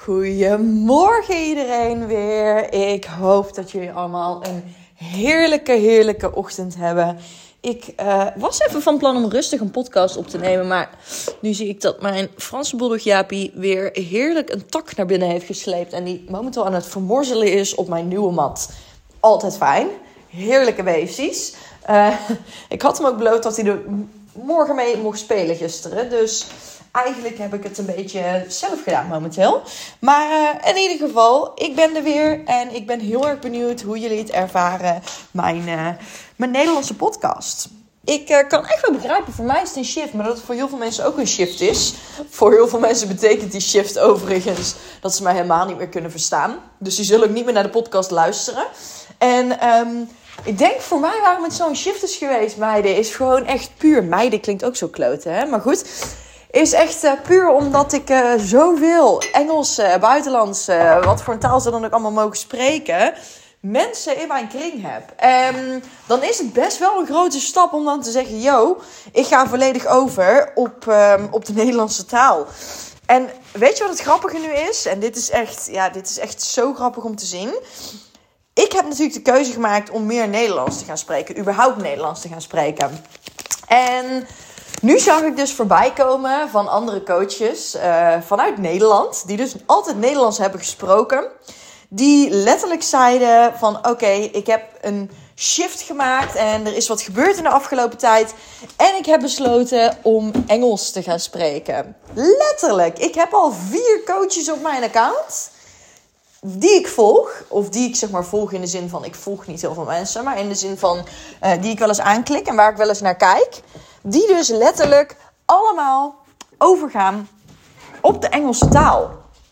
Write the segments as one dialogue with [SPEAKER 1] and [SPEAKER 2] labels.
[SPEAKER 1] Goedemorgen iedereen weer. Ik hoop dat jullie allemaal een heerlijke ochtend hebben. Ik was even van plan om rustig een podcast op te nemen. Maar nu zie ik dat mijn Franse bulldog Jaapie weer heerlijk een tak naar binnen heeft gesleept. En die momenteel aan het vermorzelen is op mijn nieuwe mat. Altijd fijn. Heerlijke beestjes. Ik had hem ook beloofd dat hij er morgen mee mocht spelen gisteren. Dus eigenlijk heb ik het een beetje zelf gedaan momenteel. Maar in ieder geval, ik ben er weer. En ik ben heel erg benieuwd hoe jullie het ervaren. Mijn Nederlandse podcast. Ik kan echt wel begrijpen, voor mij is het een shift. Maar dat het voor heel veel mensen ook een shift is. Voor heel veel mensen betekent die shift overigens dat ze mij helemaal niet meer kunnen verstaan. Dus die zullen ook niet meer naar de podcast luisteren. En ik denk voor mij waarom het zo'n shift is geweest, meiden, is gewoon echt puur. Meiden klinkt ook zo klote, hè? Maar goed. Is echt puur omdat ik zoveel Engels, buitenlands, wat voor een taal ze dan ook allemaal mogen spreken, mensen in mijn kring heb. Dan is het best wel een grote stap om dan te zeggen, yo, ik ga volledig over op de Nederlandse taal. En weet je wat het grappige nu is? En dit is echt zo grappig om te zien. Ik heb natuurlijk de keuze gemaakt om meer Nederlands te gaan spreken, überhaupt Nederlands te gaan spreken. En nu zag ik dus voorbij komen van andere coaches vanuit Nederland, die dus altijd Nederlands hebben gesproken. Die letterlijk zeiden van oké, ik heb een shift gemaakt en er is wat gebeurd in de afgelopen tijd. En ik heb besloten om Engels te gaan spreken. Letterlijk, ik heb al 4 coaches op mijn account die ik volg. Of die ik zeg maar volg in de zin van, ik volg niet heel veel mensen, maar in de zin van die ik wel eens aanklik en waar ik wel eens naar kijk. Die dus letterlijk allemaal overgaan op de Engelse taal.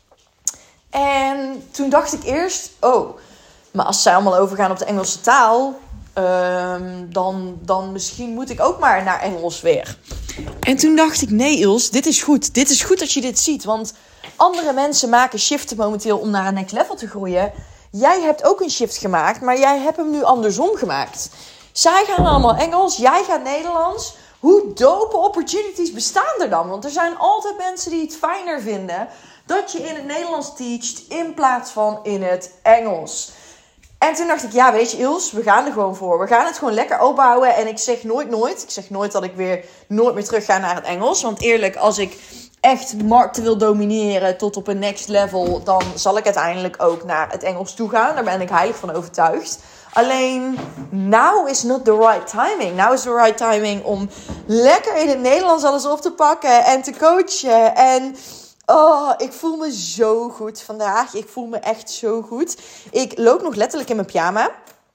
[SPEAKER 1] En toen dacht ik eerst, maar als zij allemaal overgaan op de Engelse taal, dan misschien moet ik ook maar naar Engels weer. En toen dacht ik, nee Ils, dit is goed. Dit is goed dat je dit ziet, want andere mensen maken shiften momenteel om naar een next level te groeien. Jij hebt ook een shift gemaakt, maar jij hebt hem nu andersom gemaakt. Zij gaan allemaal Engels, jij gaat Nederlands. Hoe dope opportunities bestaan er dan? Want er zijn altijd mensen die het fijner vinden dat je in het Nederlands teacht in plaats van in het Engels. En toen dacht ik, ja weet je Ils, we gaan er gewoon voor. We gaan het gewoon lekker opbouwen. En ik zeg nooit. Ik zeg nooit dat ik weer nooit meer terug ga naar het Engels. Want eerlijk, als ik echt markten wil domineren tot op een next level, dan zal ik uiteindelijk ook naar het Engels toe gaan. Daar ben ik heilig van overtuigd. Alleen, now is not the right timing. Now is the right timing om lekker in het Nederlands alles op te pakken en te coachen. En ik voel me zo goed vandaag. Ik voel me echt zo goed. Ik loop nog letterlijk in mijn pyjama.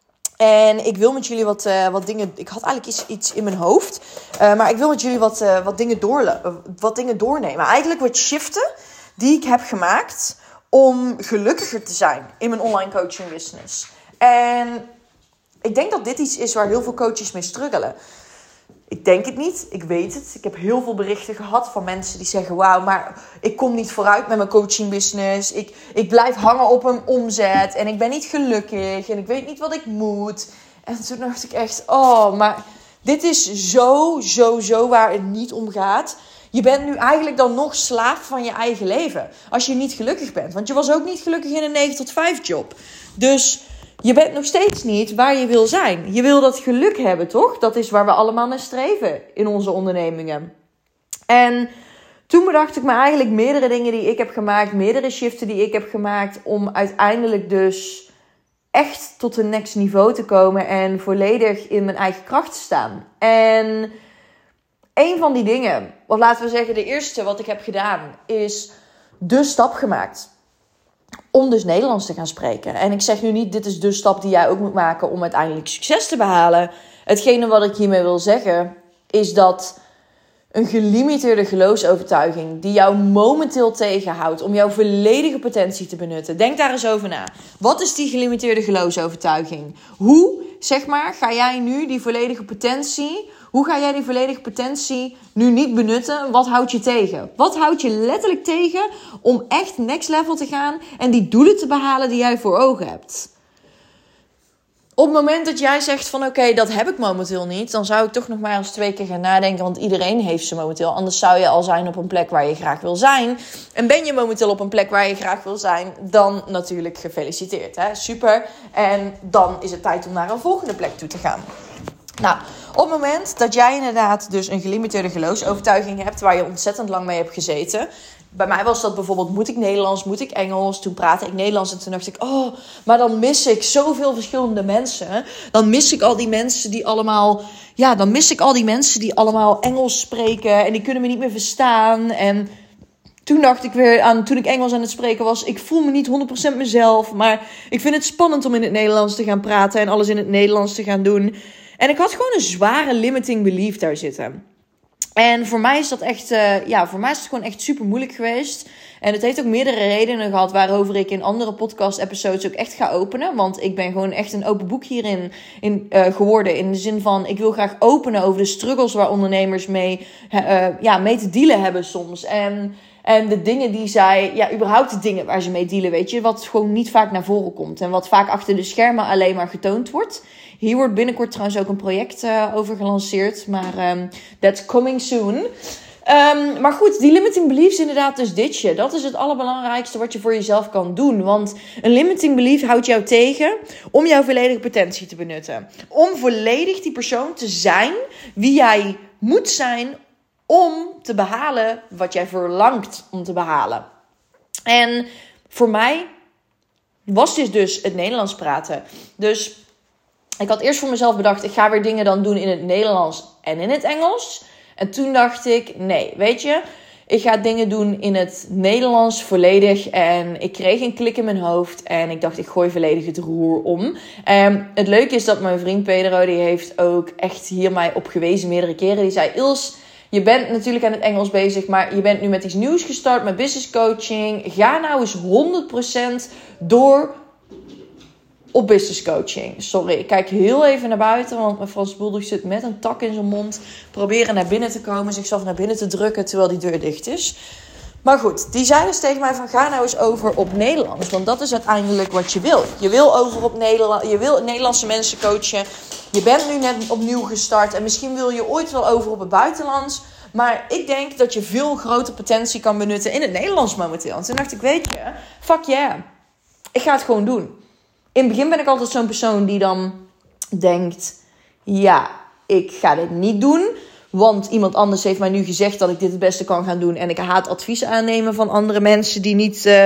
[SPEAKER 1] En ik wil met jullie wat dingen. Ik had eigenlijk iets in mijn hoofd. Maar ik wil met jullie wat dingen doornemen. Eigenlijk wat shiften die ik heb gemaakt om gelukkiger te zijn in mijn online coaching business. En ik denk dat dit iets is waar heel veel coaches mee struggelen. Ik denk het niet, ik weet het. Ik heb heel veel berichten gehad van mensen die zeggen, wauw, maar ik kom niet vooruit met mijn coaching business. Ik blijf hangen op een omzet en ik ben niet gelukkig en ik weet niet wat ik moet. En toen dacht ik echt, maar dit is zo waar het niet om gaat. Je bent nu eigenlijk dan nog slaaf van je eigen leven. Als je niet gelukkig bent. Want je was ook niet gelukkig in een 9 tot 5 job. Dus je bent nog steeds niet waar je wil zijn. Je wil dat geluk hebben, toch? Dat is waar we allemaal naar streven in onze ondernemingen. En toen bedacht ik me eigenlijk meerdere dingen die ik heb gemaakt. Meerdere shiften die ik heb gemaakt. Om uiteindelijk dus echt tot een next niveau te komen. En volledig in mijn eigen kracht te staan. En een van die dingen, of laten we zeggen de eerste wat ik heb gedaan, is de stap gemaakt om dus Nederlands te gaan spreken. En ik zeg nu niet, dit is de stap die jij ook moet maken om uiteindelijk succes te behalen. Hetgene wat ik hiermee wil zeggen, is dat een gelimiteerde geloofsovertuiging die jou momenteel tegenhoudt om jouw volledige potentie te benutten. Denk daar eens over na. Wat is die gelimiteerde geloofsovertuiging? Hoe, ga jij nu die volledige potentie, hoe ga jij die volledige potentie nu niet benutten? Wat houdt je tegen? Wat houdt je letterlijk tegen om echt next level te gaan en die doelen te behalen die jij voor ogen hebt? Op het moment dat jij zegt van oké, dat heb ik momenteel niet, dan zou ik toch nog maar eens 2 keer gaan nadenken. Want iedereen heeft ze momenteel. Anders zou je al zijn op een plek waar je graag wil zijn. En ben je momenteel op een plek waar je graag wil zijn, dan natuurlijk gefeliciteerd. Hè? Super. En dan is het tijd om naar een volgende plek toe te gaan. Nou, op het moment dat jij inderdaad dus een gelimiteerde geloofsovertuiging hebt waar je ontzettend lang mee hebt gezeten. Bij mij was dat bijvoorbeeld, moet ik Nederlands, moet ik Engels? Toen praatte ik Nederlands en toen dacht ik, oh, maar dan mis ik zoveel verschillende mensen. Dan mis ik al die mensen die allemaal Engels spreken en die kunnen me niet meer verstaan. En toen dacht ik weer aan, toen ik Engels aan het spreken was, ik voel me niet 100% mezelf, maar ik vind het spannend om in het Nederlands te gaan praten en alles in het Nederlands te gaan doen. En ik had gewoon een zware limiting belief daar zitten. En voor mij is dat echt, voor mij is het gewoon echt super moeilijk geweest. En het heeft ook meerdere redenen gehad waarover ik in andere podcast-episodes ook echt ga openen. Want ik ben gewoon echt een open boek hierin geworden. In de zin van, ik wil graag openen over de struggles waar ondernemers mee te dealen hebben soms. En de dingen die zij, überhaupt de dingen waar ze mee dealen, weet je. Wat gewoon niet vaak naar voren komt. En wat vaak achter de schermen alleen maar getoond wordt. Hier wordt binnenkort trouwens ook een project over gelanceerd. Maar that's coming soon. Maar goed, die limiting beliefs inderdaad dus ditje. Dat is het allerbelangrijkste wat je voor jezelf kan doen. Want een limiting belief houdt jou tegen om jouw volledige potentie te benutten. Om volledig die persoon te zijn wie jij moet zijn om te behalen wat jij verlangt om te behalen. En voor mij was dit dus het Nederlands praten. Dus ik had eerst voor mezelf bedacht, ik ga weer dingen dan doen in het Nederlands en in het Engels. En toen dacht ik, nee, weet je, ik ga dingen doen in het Nederlands volledig. En ik kreeg een klik in mijn hoofd en ik dacht, ik gooi volledig het roer om. Het leuke is dat mijn vriend Pedro, die heeft ook echt hier mij op gewezen meerdere keren. Die zei, Ils, je bent natuurlijk aan het Engels bezig, maar je bent nu met iets nieuws gestart, met business coaching. Ga nou eens 100% door op business coaching. Sorry, ik kijk heel even naar buiten, want mijn Frans bulldog zit met een tak in zijn mond. Proberen naar binnen te komen, zichzelf naar binnen te drukken terwijl die deur dicht is. Maar goed, die zei dus tegen mij van, ga nou eens over op Nederlands. Want dat is uiteindelijk wat je wil. Je wil over op Nederland, je wil Nederlandse mensen coachen. Je bent nu net opnieuw gestart en misschien wil je ooit wel over op het buitenlands. Maar ik denk dat je veel grotere potentie kan benutten in het Nederlands momenteel. En toen dacht ik, weet je, fuck yeah. Ik ga het gewoon doen. In het begin ben ik altijd zo'n persoon die dan denkt, ja, ik ga dit niet doen. Want iemand anders heeft mij nu gezegd dat ik dit het beste kan gaan doen. En ik haat advies aannemen van andere mensen die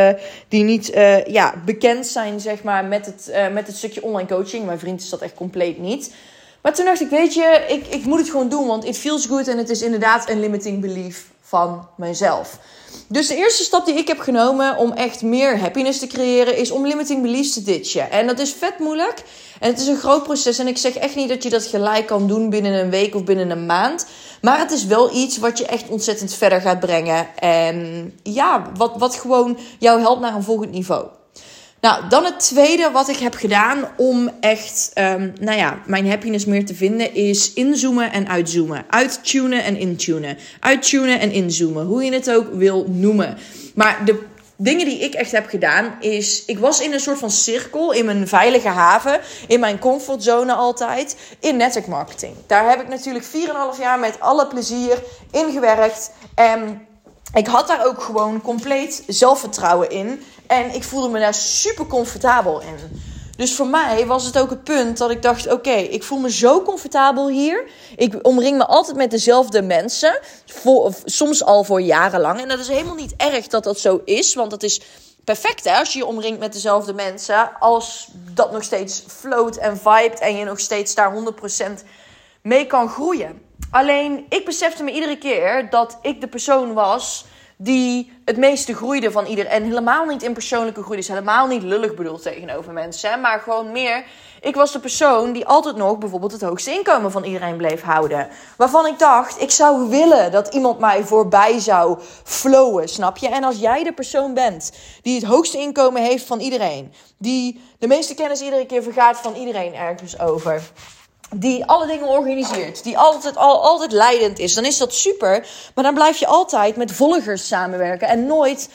[SPEAKER 1] niet bekend zijn, zeg maar, met het stukje online coaching. Mijn vriend is dat echt compleet niet. Maar toen dacht ik, weet je, ik moet het gewoon doen. Want it feels good en het is inderdaad een limiting belief van mezelf. Dus de eerste stap die ik heb genomen om echt meer happiness te creëren is om limiting beliefs te ditchen. En dat is vet moeilijk en het is een groot proces. En ik zeg echt niet dat je dat gelijk kan doen binnen een week of binnen een maand. Maar het is wel iets wat je echt ontzettend verder gaat brengen. En ja, wat gewoon jou helpt naar een volgend niveau. Nou, dan het tweede wat ik heb gedaan om echt mijn happiness meer te vinden is inzoomen en uitzoomen. Uittunen en intunen. Uittunen en inzoomen. Hoe je het ook wil noemen. Maar de dingen die ik echt heb gedaan is, ik was in een soort van cirkel in mijn veilige haven, in mijn comfortzone altijd, in network marketing. Daar heb ik natuurlijk 4,5 jaar met alle plezier in gewerkt en ik had daar ook gewoon compleet zelfvertrouwen in. En ik voelde me daar super comfortabel in. Dus voor mij was het ook het punt dat ik dacht, oké, ik voel me zo comfortabel hier. Ik omring me altijd met dezelfde mensen. Soms al voor jarenlang. En dat is helemaal niet erg dat dat zo is. Want dat is perfect, hè, als je je omringt met dezelfde mensen. Als dat nog steeds float en vibet en je nog steeds daar 100% mee kan groeien. Alleen, ik besefte me iedere keer dat ik de persoon was die het meeste groeide van iedereen. En helemaal niet in persoonlijke groei. Dus helemaal niet lullig bedoeld tegenover mensen. Hè? Maar gewoon meer, ik was de persoon die altijd nog bijvoorbeeld het hoogste inkomen van iedereen bleef houden. Waarvan ik dacht, ik zou willen dat iemand mij voorbij zou flowen, snap je? En als jij de persoon bent die het hoogste inkomen heeft van iedereen. Die de meeste kennis iedere keer vergaart van iedereen ergens over. Die alle dingen organiseert. Die altijd leidend is. Dan is dat super. Maar dan blijf je altijd met volgers samenwerken. En nooit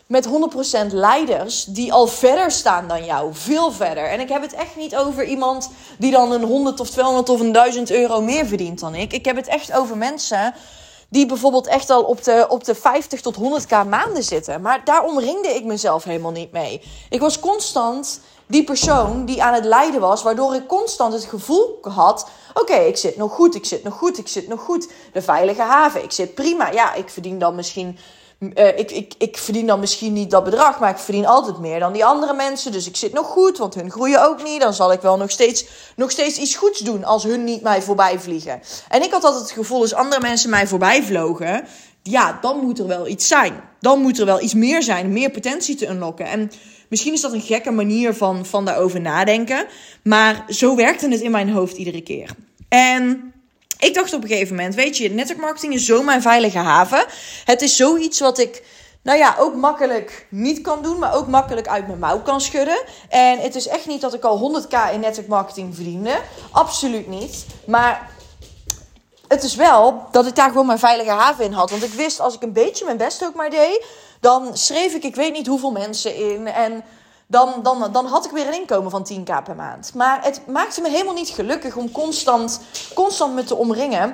[SPEAKER 1] met 100% leiders die al verder staan dan jou. Veel verder. En ik heb het echt niet over iemand die dan een 100 of 200 of een 1000 euro meer verdient dan ik. Ik heb het echt over mensen die bijvoorbeeld echt al op de 50 tot 100k maanden zitten. Maar daar omringde ik mezelf helemaal niet mee. Ik was constant die persoon die aan het lijden was, waardoor ik constant het gevoel had, oké, ik zit nog goed, ik zit nog goed, ik zit nog goed. De veilige haven, ik zit prima. Ja, ik verdien dan misschien... Ik verdien dan misschien niet dat bedrag, maar ik verdien altijd meer dan die andere mensen. Dus ik zit nog goed, want hun groeien ook niet. Dan zal ik wel nog steeds iets goeds doen als hun niet mij voorbij vliegen. En ik had altijd het gevoel, als andere mensen mij voorbij vlogen, ja, dan moet er wel iets zijn. Dan moet er wel iets meer zijn, meer potentie te unlocken. En misschien is dat een gekke manier van daarover nadenken. Maar zo werkte het in mijn hoofd iedere keer. En ik dacht op een gegeven moment, weet je, netwerkmarketing is zo mijn veilige haven. Het is zoiets wat ik, ook makkelijk niet kan doen, maar ook makkelijk uit mijn mouw kan schudden. En het is echt niet dat ik al 100k in netwerkmarketing verdiende. Absoluut niet. Maar het is wel dat ik daar gewoon mijn veilige haven in had. Want ik wist, als ik een beetje mijn best ook maar deed, dan schreef ik weet niet hoeveel mensen in. En dan had ik weer een inkomen van 10k per maand. Maar het maakte me helemaal niet gelukkig om constant me te omringen.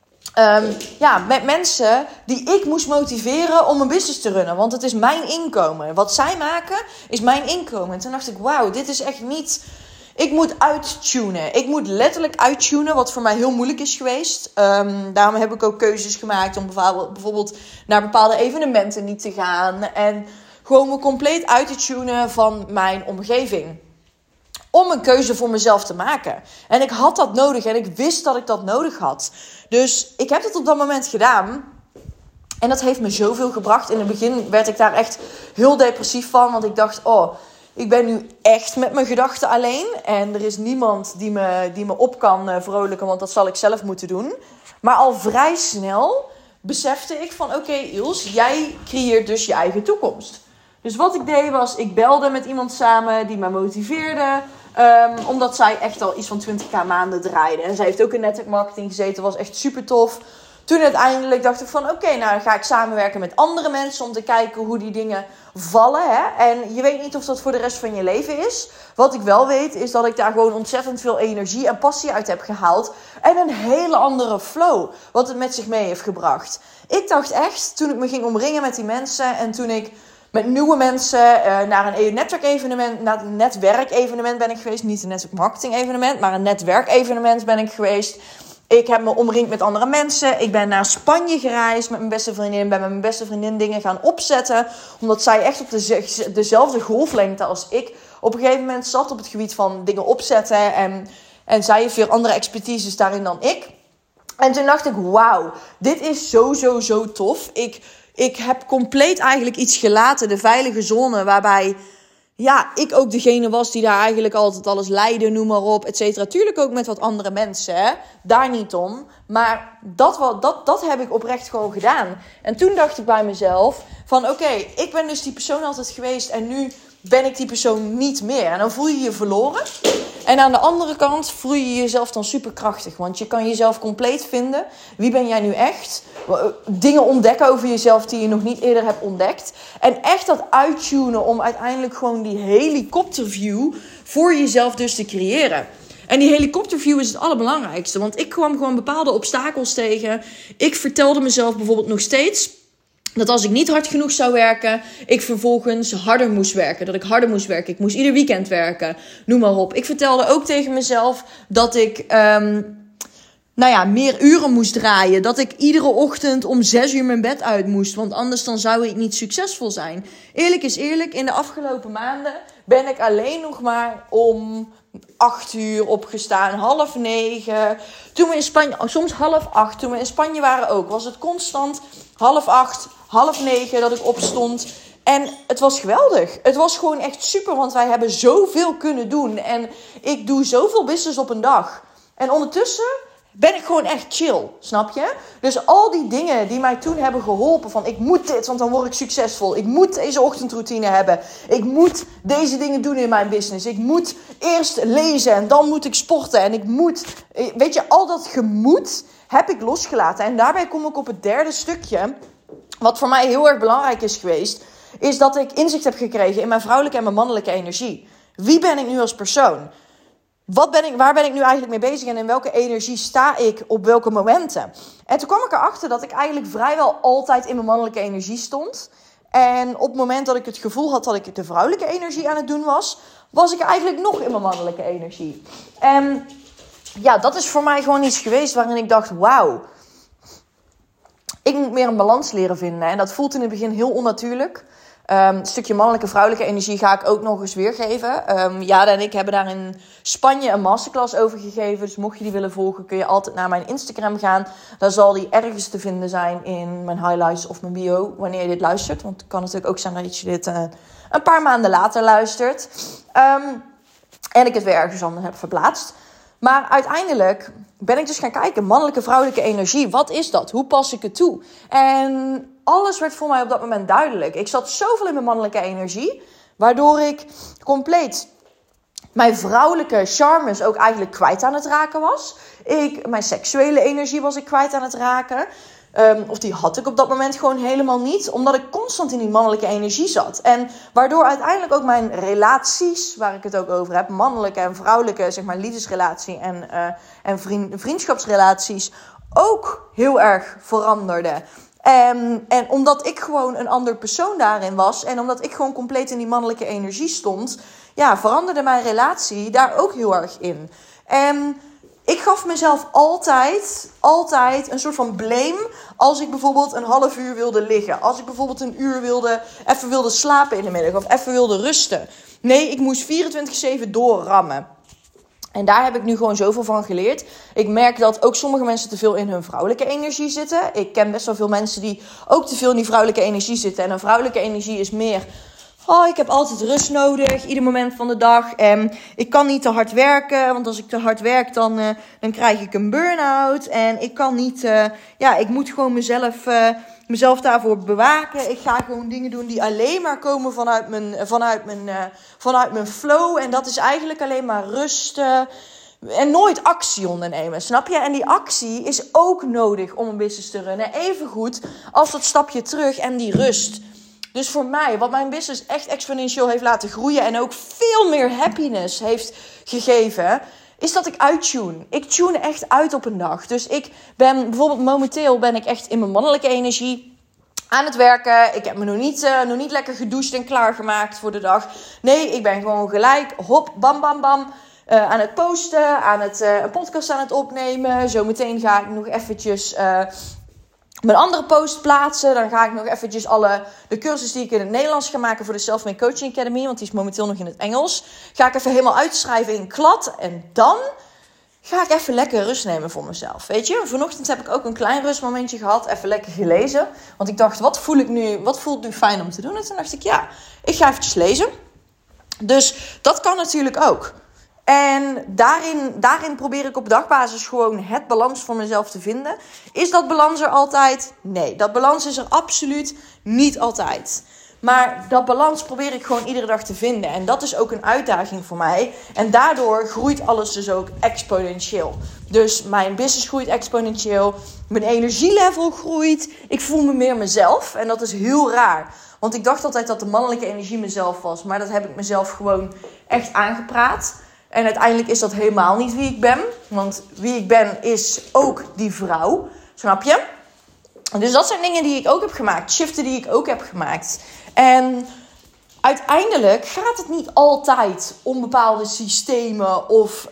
[SPEAKER 1] Met mensen die ik moest motiveren om een business te runnen. Want het is mijn inkomen. Wat zij maken is mijn inkomen. En toen dacht ik, wauw, dit is echt niet... Ik moet uittunen. Ik moet letterlijk uittunen, wat voor mij heel moeilijk is geweest. Daarom heb ik ook keuzes gemaakt om bijvoorbeeld naar bepaalde evenementen niet te gaan. En gewoon me compleet uit te tunen van mijn omgeving. Om een keuze voor mezelf te maken. En ik had dat nodig en ik wist dat ik dat nodig had. Dus ik heb het op dat moment gedaan. En dat heeft me zoveel gebracht. In het begin werd ik daar echt heel depressief van. Want ik dacht, ik ben nu echt met mijn gedachten alleen. En er is niemand die me op kan vrolijken, want dat zal ik zelf moeten doen. Maar al vrij snel besefte ik van, oké, Ils, jij creëert dus je eigen toekomst. Dus wat ik deed was, ik belde met iemand samen die mij motiveerde. Omdat zij echt al iets van 20k maanden draaide. En zij heeft ook in netwerkmarketing gezeten, was echt super tof. Toen uiteindelijk dacht ik van, oké, dan ga ik samenwerken met andere mensen om te kijken hoe die dingen vallen. Hè? En je weet niet of dat voor de rest van je leven is. Wat ik wel weet is dat ik daar gewoon ontzettend veel energie en passie uit heb gehaald. En een hele andere flow, wat het met zich mee heeft gebracht. Ik dacht echt, toen ik me ging omringen met die mensen en toen ik met nieuwe mensen naar een netwerkevenement ben ik geweest. Niet een netwerkmarketing evenement, maar een netwerkevenement ben ik geweest. Ik heb me omringd met andere mensen. Ik ben naar Spanje gereisd met mijn beste vriendin. Ben met mijn beste vriendin dingen gaan opzetten. Omdat zij echt op dezelfde golflengte als ik op een gegeven moment zat op het gebied van dingen opzetten. En zij heeft weer andere expertises daarin dan ik. En toen dacht ik, wauw, dit is zo tof. Ik heb compleet eigenlijk iets gelaten, de veilige zone, waarbij ik ook degene was die daar eigenlijk altijd alles leidde, noem maar op, et cetera. Tuurlijk ook met wat andere mensen, hè? Daar niet om. Maar dat heb ik oprecht gewoon gedaan. En toen dacht ik bij mezelf van oké, ik ben dus die persoon altijd geweest en nu ben ik die persoon niet meer. En dan voel je je verloren. En aan de andere kant voel je jezelf dan superkrachtig. Want je kan jezelf compleet vinden. Wie ben jij nu echt? Dingen ontdekken over jezelf die je nog niet eerder hebt ontdekt. En echt dat uittunen om uiteindelijk gewoon die helikopterview voor jezelf dus te creëren. En die helikopterview is het allerbelangrijkste. Want ik kwam gewoon bepaalde obstakels tegen. Ik vertelde mezelf bijvoorbeeld nog steeds dat als ik niet hard genoeg zou werken, ik vervolgens harder moest werken. Dat ik harder moest werken. Ik moest ieder weekend werken. Noem maar op. Ik vertelde ook tegen mezelf dat ik meer uren moest draaien. Dat ik iedere ochtend om 6 uur mijn bed uit moest. Want anders dan zou ik niet succesvol zijn. Eerlijk is eerlijk, in de afgelopen maanden ben ik alleen nog maar om 8 uur opgestaan, 8:30. Toen we in Spanje, soms 7:30, toen we in Spanje waren ook, was het constant 7:30, 8:30 dat ik opstond. En het was geweldig. Het was gewoon echt super, want wij hebben zoveel kunnen doen. En ik doe zoveel business op een dag. En ondertussen ben ik gewoon echt chill, snap je? Dus al die dingen die mij toen hebben geholpen van ik moet dit, want dan word ik succesvol. Ik moet deze ochtendroutine hebben. Ik moet deze dingen doen in mijn business. Ik moet eerst lezen en dan moet ik sporten. En ik moet, weet je, al dat gemoed heb ik losgelaten. En daarbij kom ik op het derde stukje, wat voor mij heel erg belangrijk is geweest, is dat ik inzicht heb gekregen in mijn vrouwelijke en mijn mannelijke energie. Wie ben ik nu als persoon? Waar ben ik nu eigenlijk mee bezig en in welke energie sta ik op welke momenten? En toen kwam ik erachter dat ik eigenlijk vrijwel altijd in mijn mannelijke energie stond. En op het moment dat ik het gevoel had dat ik de vrouwelijke energie aan het doen was ik eigenlijk nog in mijn mannelijke energie. En ja, dat is voor mij gewoon iets geweest waarin ik dacht, wauw, ik moet meer een balans leren vinden. En dat voelt in het begin heel onnatuurlijk. Een stukje mannelijke, vrouwelijke energie ga ik ook nog eens weergeven. Jade en ik hebben daar in Spanje een masterclass over gegeven. Dus mocht je die willen volgen, kun je altijd naar mijn Instagram gaan. Daar zal die ergens te vinden zijn in mijn highlights of mijn bio, wanneer je dit luistert. Want het kan natuurlijk ook zijn dat je dit een paar maanden later luistert. En ik het weer ergens anders heb verplaatst. Maar uiteindelijk ben ik dus gaan kijken, mannelijke, vrouwelijke energie. Wat is dat? Hoe pas ik het toe? En alles werd voor mij op dat moment duidelijk. Ik zat zoveel in mijn mannelijke energie, waardoor ik compleet mijn vrouwelijke charmes ook eigenlijk kwijt aan het raken was. Mijn seksuele energie was ik kwijt aan het raken. Of die had ik op dat moment gewoon helemaal niet. Omdat ik constant in die mannelijke energie zat. En waardoor uiteindelijk ook mijn relaties, waar ik het ook over heb, mannelijke en vrouwelijke, zeg maar liefdesrelatie en vriendschapsrelaties, ook heel erg veranderden. En omdat ik gewoon een ander persoon daarin was en omdat ik gewoon compleet in die mannelijke energie stond, ja, veranderde mijn relatie daar ook heel erg in. En ik gaf mezelf altijd een soort van blame als ik bijvoorbeeld een half uur wilde liggen. Als ik bijvoorbeeld een uur even wilde slapen in de middag of even wilde rusten. Nee, ik moest 24/7 doorrammen. En daar heb ik nu gewoon zoveel van geleerd. Ik merk dat ook sommige mensen te veel in hun vrouwelijke energie zitten. Ik ken best wel veel mensen die ook te veel in die vrouwelijke energie zitten. En een vrouwelijke energie is meer, oh, ik heb altijd rust nodig, ieder moment van de dag. En ik kan niet te hard werken, want als ik te hard werk, dan krijg ik een burn-out. En ik kan niet, ik moet gewoon mezelf daarvoor bewaken. Ik ga gewoon dingen doen die alleen maar komen vanuit mijn flow. En dat is eigenlijk alleen maar rusten en nooit actie ondernemen, snap je? En die actie is ook nodig om een business te runnen. Even goed als dat stapje terug en die rust. Dus voor mij, wat mijn business echt exponentieel heeft laten groeien en ook veel meer happiness heeft gegeven, is dat ik uittune. Ik tune echt uit op een dag. Dus ik ben bijvoorbeeld momenteel echt in mijn mannelijke energie aan het werken. Ik heb me nog niet lekker gedoucht en klaargemaakt voor de dag. Nee, ik ben gewoon gelijk, hop, bam, bam, bam, aan het posten, een podcast aan het opnemen. Zometeen ga ik nog eventjes mijn andere post plaatsen. Dan ga ik nog eventjes de cursus die ik in het Nederlands ga maken voor de Self-Made Coaching Academy, want die is momenteel nog in het Engels, ga ik even helemaal uitschrijven in klad. En dan ga ik even lekker rust nemen voor mezelf. Weet je, vanochtend heb ik ook een klein rustmomentje gehad. Even lekker gelezen. Want ik dacht, wat voelt nu fijn om te doen? En toen dacht ik, ja, ik ga eventjes lezen. Dus dat kan natuurlijk ook. En daarin probeer ik op dagbasis gewoon het balans voor mezelf te vinden. Is dat balans er altijd? Nee, dat balans is er absoluut niet altijd. Maar dat balans probeer ik gewoon iedere dag te vinden. En dat is ook een uitdaging voor mij. En daardoor groeit alles dus ook exponentieel. Dus mijn business groeit exponentieel. Mijn energielevel groeit. Ik voel me meer mezelf. En dat is heel raar. Want ik dacht altijd dat de mannelijke energie mezelf was. Maar dat heb ik mezelf gewoon echt aangepraat. En uiteindelijk is dat helemaal niet wie ik ben. Want wie ik ben is ook die vrouw. Snap je? Dus dat zijn dingen die ik ook heb gemaakt. Shiften die ik ook heb gemaakt. En uiteindelijk gaat het niet altijd om bepaalde systemen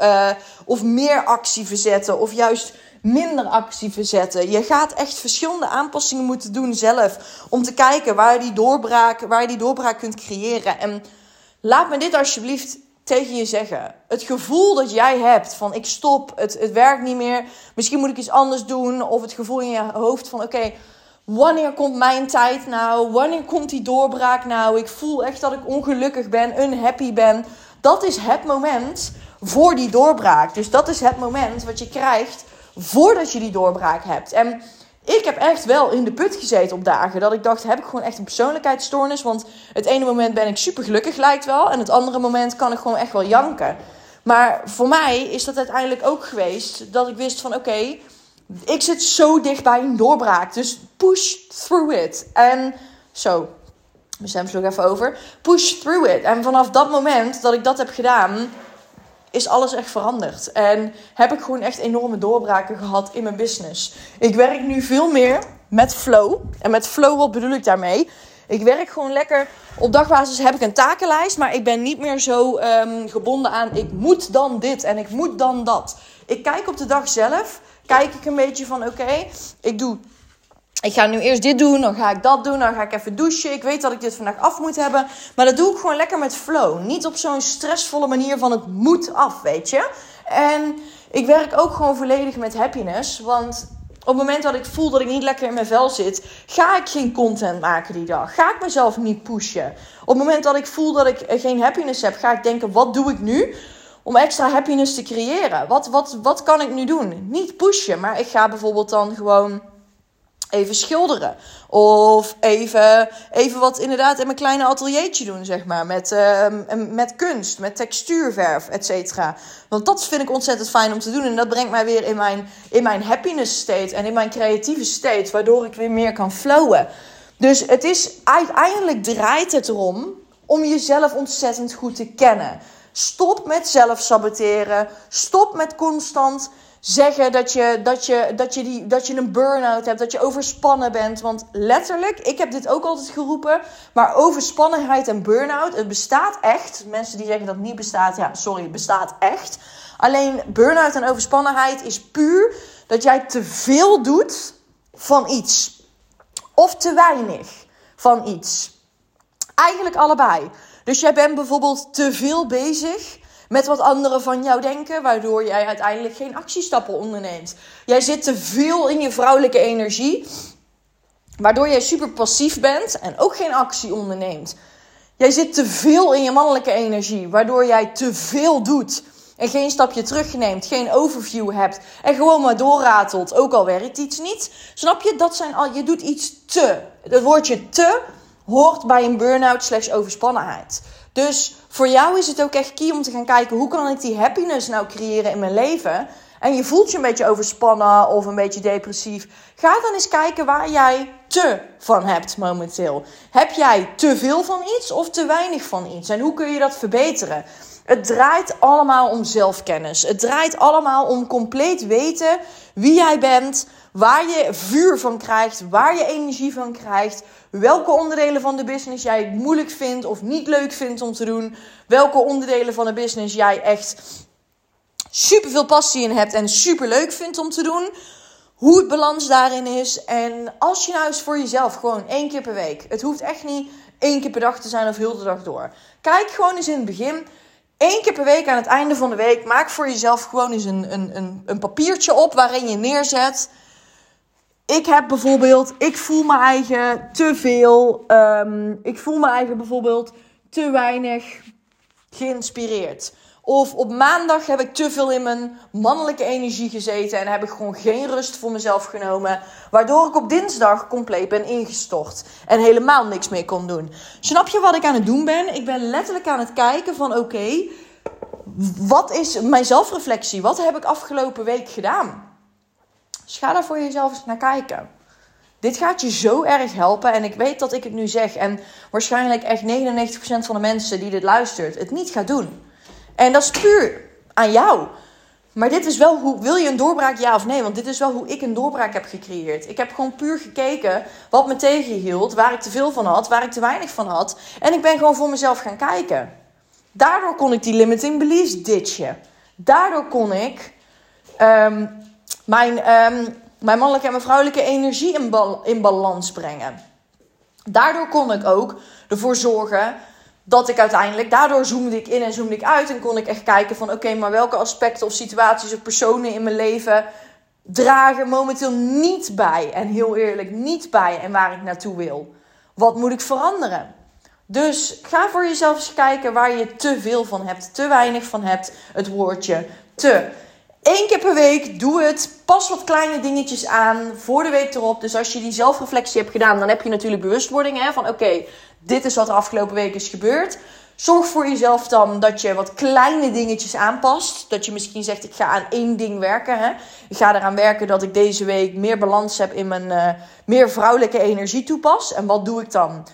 [SPEAKER 1] of meer actie verzetten of juist minder actie verzetten. Je gaat echt verschillende aanpassingen moeten doen zelf om te kijken waar je die doorbraak kunt creëren. En laat me dit alsjeblieft tegen je zeggen. Het gevoel dat jij hebt van ik stop, het werkt niet meer, misschien moet ik iets anders doen. Of het gevoel in je hoofd van oké, wanneer komt mijn tijd nou? Wanneer komt die doorbraak nou? Ik voel echt dat ik ongelukkig ben, unhappy ben. Dat is het moment voor die doorbraak. Dus dat is het moment wat je krijgt voordat je die doorbraak hebt. En ik heb echt wel in de put gezeten op dagen dat ik dacht, heb ik gewoon echt een persoonlijkheidsstoornis? Want het ene moment ben ik super gelukkig, lijkt wel. En het andere moment kan ik gewoon echt wel janken. Maar voor mij is dat uiteindelijk ook geweest dat ik wist van oké, ik zit zo dicht bij een doorbraak. Dus push through it. En zo. mijn stem sloeg even over. Push through it. En vanaf dat moment dat ik dat heb gedaan, is alles echt veranderd. En heb ik gewoon echt enorme doorbraken gehad in mijn business. Ik werk nu veel meer met flow. En met flow, wat bedoel ik daarmee? Ik werk gewoon lekker. Op dagbasis heb ik een takenlijst. Maar ik ben niet meer zo gebonden aan, ik moet dan dit en ik moet dan dat. Ik kijk op de dag zelf. Kijk ik een beetje van, oké, ik ga nu eerst dit doen, dan ga ik dat doen, dan ga ik even douchen. Ik weet dat ik dit vandaag af moet hebben. Maar dat doe ik gewoon lekker met flow. Niet op zo'n stressvolle manier van het moet af, weet je. En ik werk ook gewoon volledig met happiness. Want op het moment dat ik voel dat ik niet lekker in mijn vel zit, ga ik geen content maken die dag. Ga ik mezelf niet pushen. Op het moment dat ik voel dat ik geen happiness heb, ga ik denken, wat doe ik nu om extra happiness te creëren? Wat kan ik nu doen? Niet pushen, maar ik ga bijvoorbeeld dan gewoon even schilderen. Of even wat inderdaad in mijn kleine ateliertje doen, zeg maar. Met kunst, met textuurverf, et cetera. Want dat vind ik ontzettend fijn om te doen. En dat brengt mij weer in mijn happiness state en in mijn creatieve state. Waardoor ik weer meer kan flowen. Dus het is uiteindelijk draait het erom om jezelf ontzettend goed te kennen. Stop met zelf saboteren. Stop met constant zeggen dat je een burn-out hebt, dat je overspannen bent. Want letterlijk, ik heb dit ook altijd geroepen, maar overspannenheid en burn-out, het bestaat echt. Mensen die zeggen dat het niet bestaat, ja, sorry, het bestaat echt. Alleen burn-out en overspannenheid is puur dat jij te veel doet van iets. Of te weinig van iets. Eigenlijk allebei. Dus jij bent bijvoorbeeld te veel bezig met wat anderen van jou denken, waardoor jij uiteindelijk geen actiestappen onderneemt. Jij zit te veel in je vrouwelijke energie, waardoor jij super passief bent en ook geen actie onderneemt. Jij zit te veel in je mannelijke energie, waardoor jij te veel doet en geen stapje terugneemt, geen overview hebt en gewoon maar doorratelt, ook al werkt iets niet. Snap je? Je doet iets te. Het woordje te hoort bij een burn-out / overspannenheid. Dus voor jou is het ook echt key om te gaan kijken, hoe kan ik die happiness nou creëren in mijn leven? En je voelt je een beetje overspannen of een beetje depressief. Ga dan eens kijken waar jij te van hebt momenteel. Heb jij te veel van iets of te weinig van iets? En hoe kun je dat verbeteren? Het draait allemaal om zelfkennis. Het draait allemaal om compleet weten wie jij bent, waar je vuur van krijgt, waar je energie van krijgt, welke onderdelen van de business jij moeilijk vindt of niet leuk vindt om te doen, welke onderdelen van de business jij echt super veel passie in hebt en super leuk vindt om te doen, hoe het balans daarin is. En als je nou eens voor jezelf gewoon 1 keer per week, het hoeft echt niet 1 keer per dag te zijn of heel de dag door. Kijk gewoon eens in het begin, 1 keer per week aan het einde van de week, maak voor jezelf gewoon eens een papiertje op waarin je neerzet. Ik voel mijn eigen te veel. Ik voel mijn eigen bijvoorbeeld te weinig geïnspireerd. Of op maandag heb ik te veel in mijn mannelijke energie gezeten en heb ik gewoon geen rust voor mezelf genomen. Waardoor ik op dinsdag compleet ben ingestort en helemaal niks meer kon doen. Snap je wat ik aan het doen ben? Ik ben letterlijk aan het kijken van oké, wat is mijn zelfreflectie? Wat heb ik afgelopen week gedaan? Dus ga daar voor jezelf eens naar kijken. Dit gaat je zo erg helpen. En ik weet dat ik het nu zeg. En waarschijnlijk echt 99% van de mensen die dit luistert het niet gaat doen. En dat is puur aan jou. Maar dit is wel hoe, wil je een doorbraak ja of nee? Want dit is wel hoe ik een doorbraak heb gecreëerd. Ik heb gewoon puur gekeken wat me tegenhield. Waar ik te veel van had. Waar ik te weinig van had. En ik ben gewoon voor mezelf gaan kijken. Daardoor kon ik die limiting beliefs ditchen. Daardoor kon ik mijn mannelijke en mijn vrouwelijke energie in balans brengen. Daardoor kon ik ook ervoor zorgen dat ik uiteindelijk, daardoor zoomde ik in en zoomde ik uit en kon ik echt kijken van oké, maar welke aspecten of situaties of personen in mijn leven dragen momenteel niet bij. En heel eerlijk, niet bij en waar ik naartoe wil. Wat moet ik veranderen? Dus ga voor jezelf eens kijken waar je te veel van hebt, te weinig van hebt. Het woordje te. 1 keer per week, doe het. Pas wat kleine dingetjes aan voor de week erop. Dus als je die zelfreflectie hebt gedaan, dan heb je natuurlijk bewustwording van oké, dit is wat er afgelopen week is gebeurd. Zorg voor jezelf dan dat je wat kleine dingetjes aanpast. Dat je misschien zegt, ik ga aan 1 ding werken. Ik ga eraan werken dat ik deze week meer balans heb in mijn meer vrouwelijke energie toepas. En wat doe ik dan?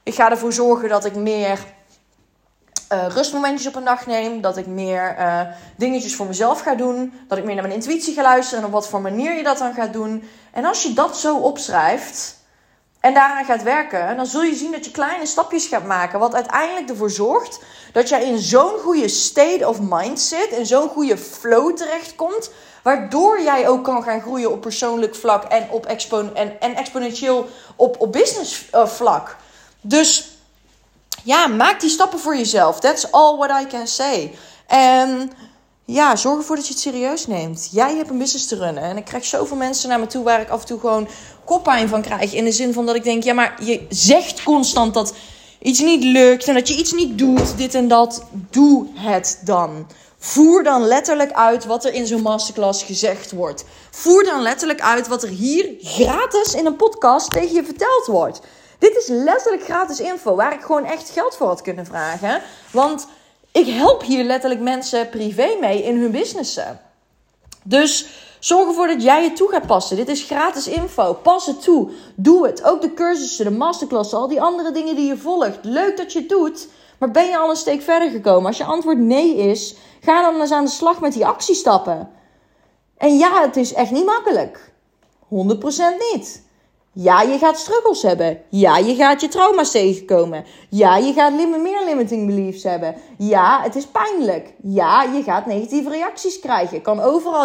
[SPEAKER 1] Ik ga ervoor zorgen dat ik meer rustmomentjes op een dag neem. Dat ik meer dingetjes voor mezelf ga doen. Dat ik meer naar mijn intuïtie ga luisteren. En op wat voor manier je dat dan gaat doen. En als je dat zo opschrijft en daaraan gaat werken, dan zul je zien dat je kleine stapjes gaat maken. Wat uiteindelijk ervoor zorgt dat jij in zo'n goede state of mind zit. In zo'n goede flow terechtkomt. Waardoor jij ook kan gaan groeien op persoonlijk vlak. En op exponentieel op business vlak. Dus ja, maak die stappen voor jezelf. That's all what I can say. En ja, zorg ervoor dat je het serieus neemt. Jij hebt een business te runnen. En ik krijg zoveel mensen naar me toe waar ik af en toe gewoon koppijn van krijg. In de zin van dat ik denk, ja, maar je zegt constant dat iets niet lukt en dat je iets niet doet, dit en dat. Doe het dan. Voer dan letterlijk uit wat er in zo'n masterclass gezegd wordt. Voer dan letterlijk uit wat er hier gratis in een podcast tegen je verteld wordt. Dit is letterlijk gratis info waar ik gewoon echt geld voor had kunnen vragen. Want ik help hier letterlijk mensen privé mee in hun businessen. Dus zorg ervoor dat jij het toe gaat passen. Dit is gratis info. Pas het toe. Doe het. Ook de cursussen, de masterclassen, al die andere dingen die je volgt. Leuk dat je het doet. Maar ben je al een steek verder gekomen? Als je antwoord nee is, ga dan eens aan de slag met die actiestappen. En ja, het is echt niet makkelijk. 100% niet. Ja, je gaat struggles hebben. Ja, je gaat je trauma's tegenkomen. Ja, je gaat meer limiting beliefs hebben. Ja, het is pijnlijk. Ja, je gaat negatieve reacties krijgen. Je kan overal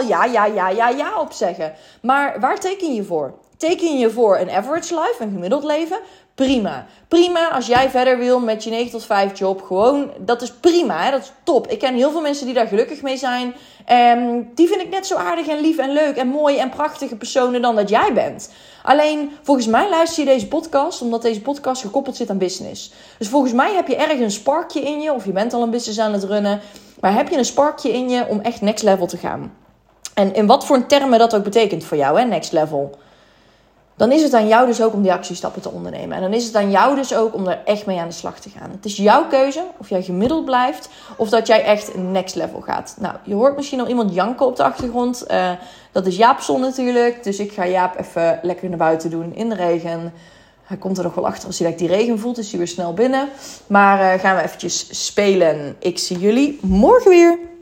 [SPEAKER 1] ja op zeggen. Maar waar teken je voor? Teken je voor een average life, een gemiddeld leven? Prima. Prima als jij verder wil met je 9 tot 5 job. Gewoon, dat is prima. Hè? Dat is top. Ik ken heel veel mensen die daar gelukkig mee zijn. Die vind ik net zo aardig en lief en leuk en mooi en prachtige personen dan dat jij bent. Alleen, volgens mij luister je deze podcast omdat deze podcast gekoppeld zit aan business. Dus volgens mij heb je ergens een sparkje in je, of je bent al een business aan het runnen, maar heb je een sparkje in je om echt next level te gaan. En in wat voor termen dat ook betekent voor jou, hè, next level. Dan is het aan jou dus ook om die actiestappen te ondernemen. En dan is het aan jou dus ook om er echt mee aan de slag te gaan. Het is jouw keuze of jij gemiddeld blijft of dat jij echt next level gaat. Nou, je hoort misschien al iemand janken op de achtergrond. Dat is Jaapson natuurlijk. Dus ik ga Jaap even lekker naar buiten doen in de regen. Hij komt er nog wel achter als hij die regen voelt. Dus hij weer snel binnen. Maar gaan we eventjes spelen. Ik zie jullie morgen weer.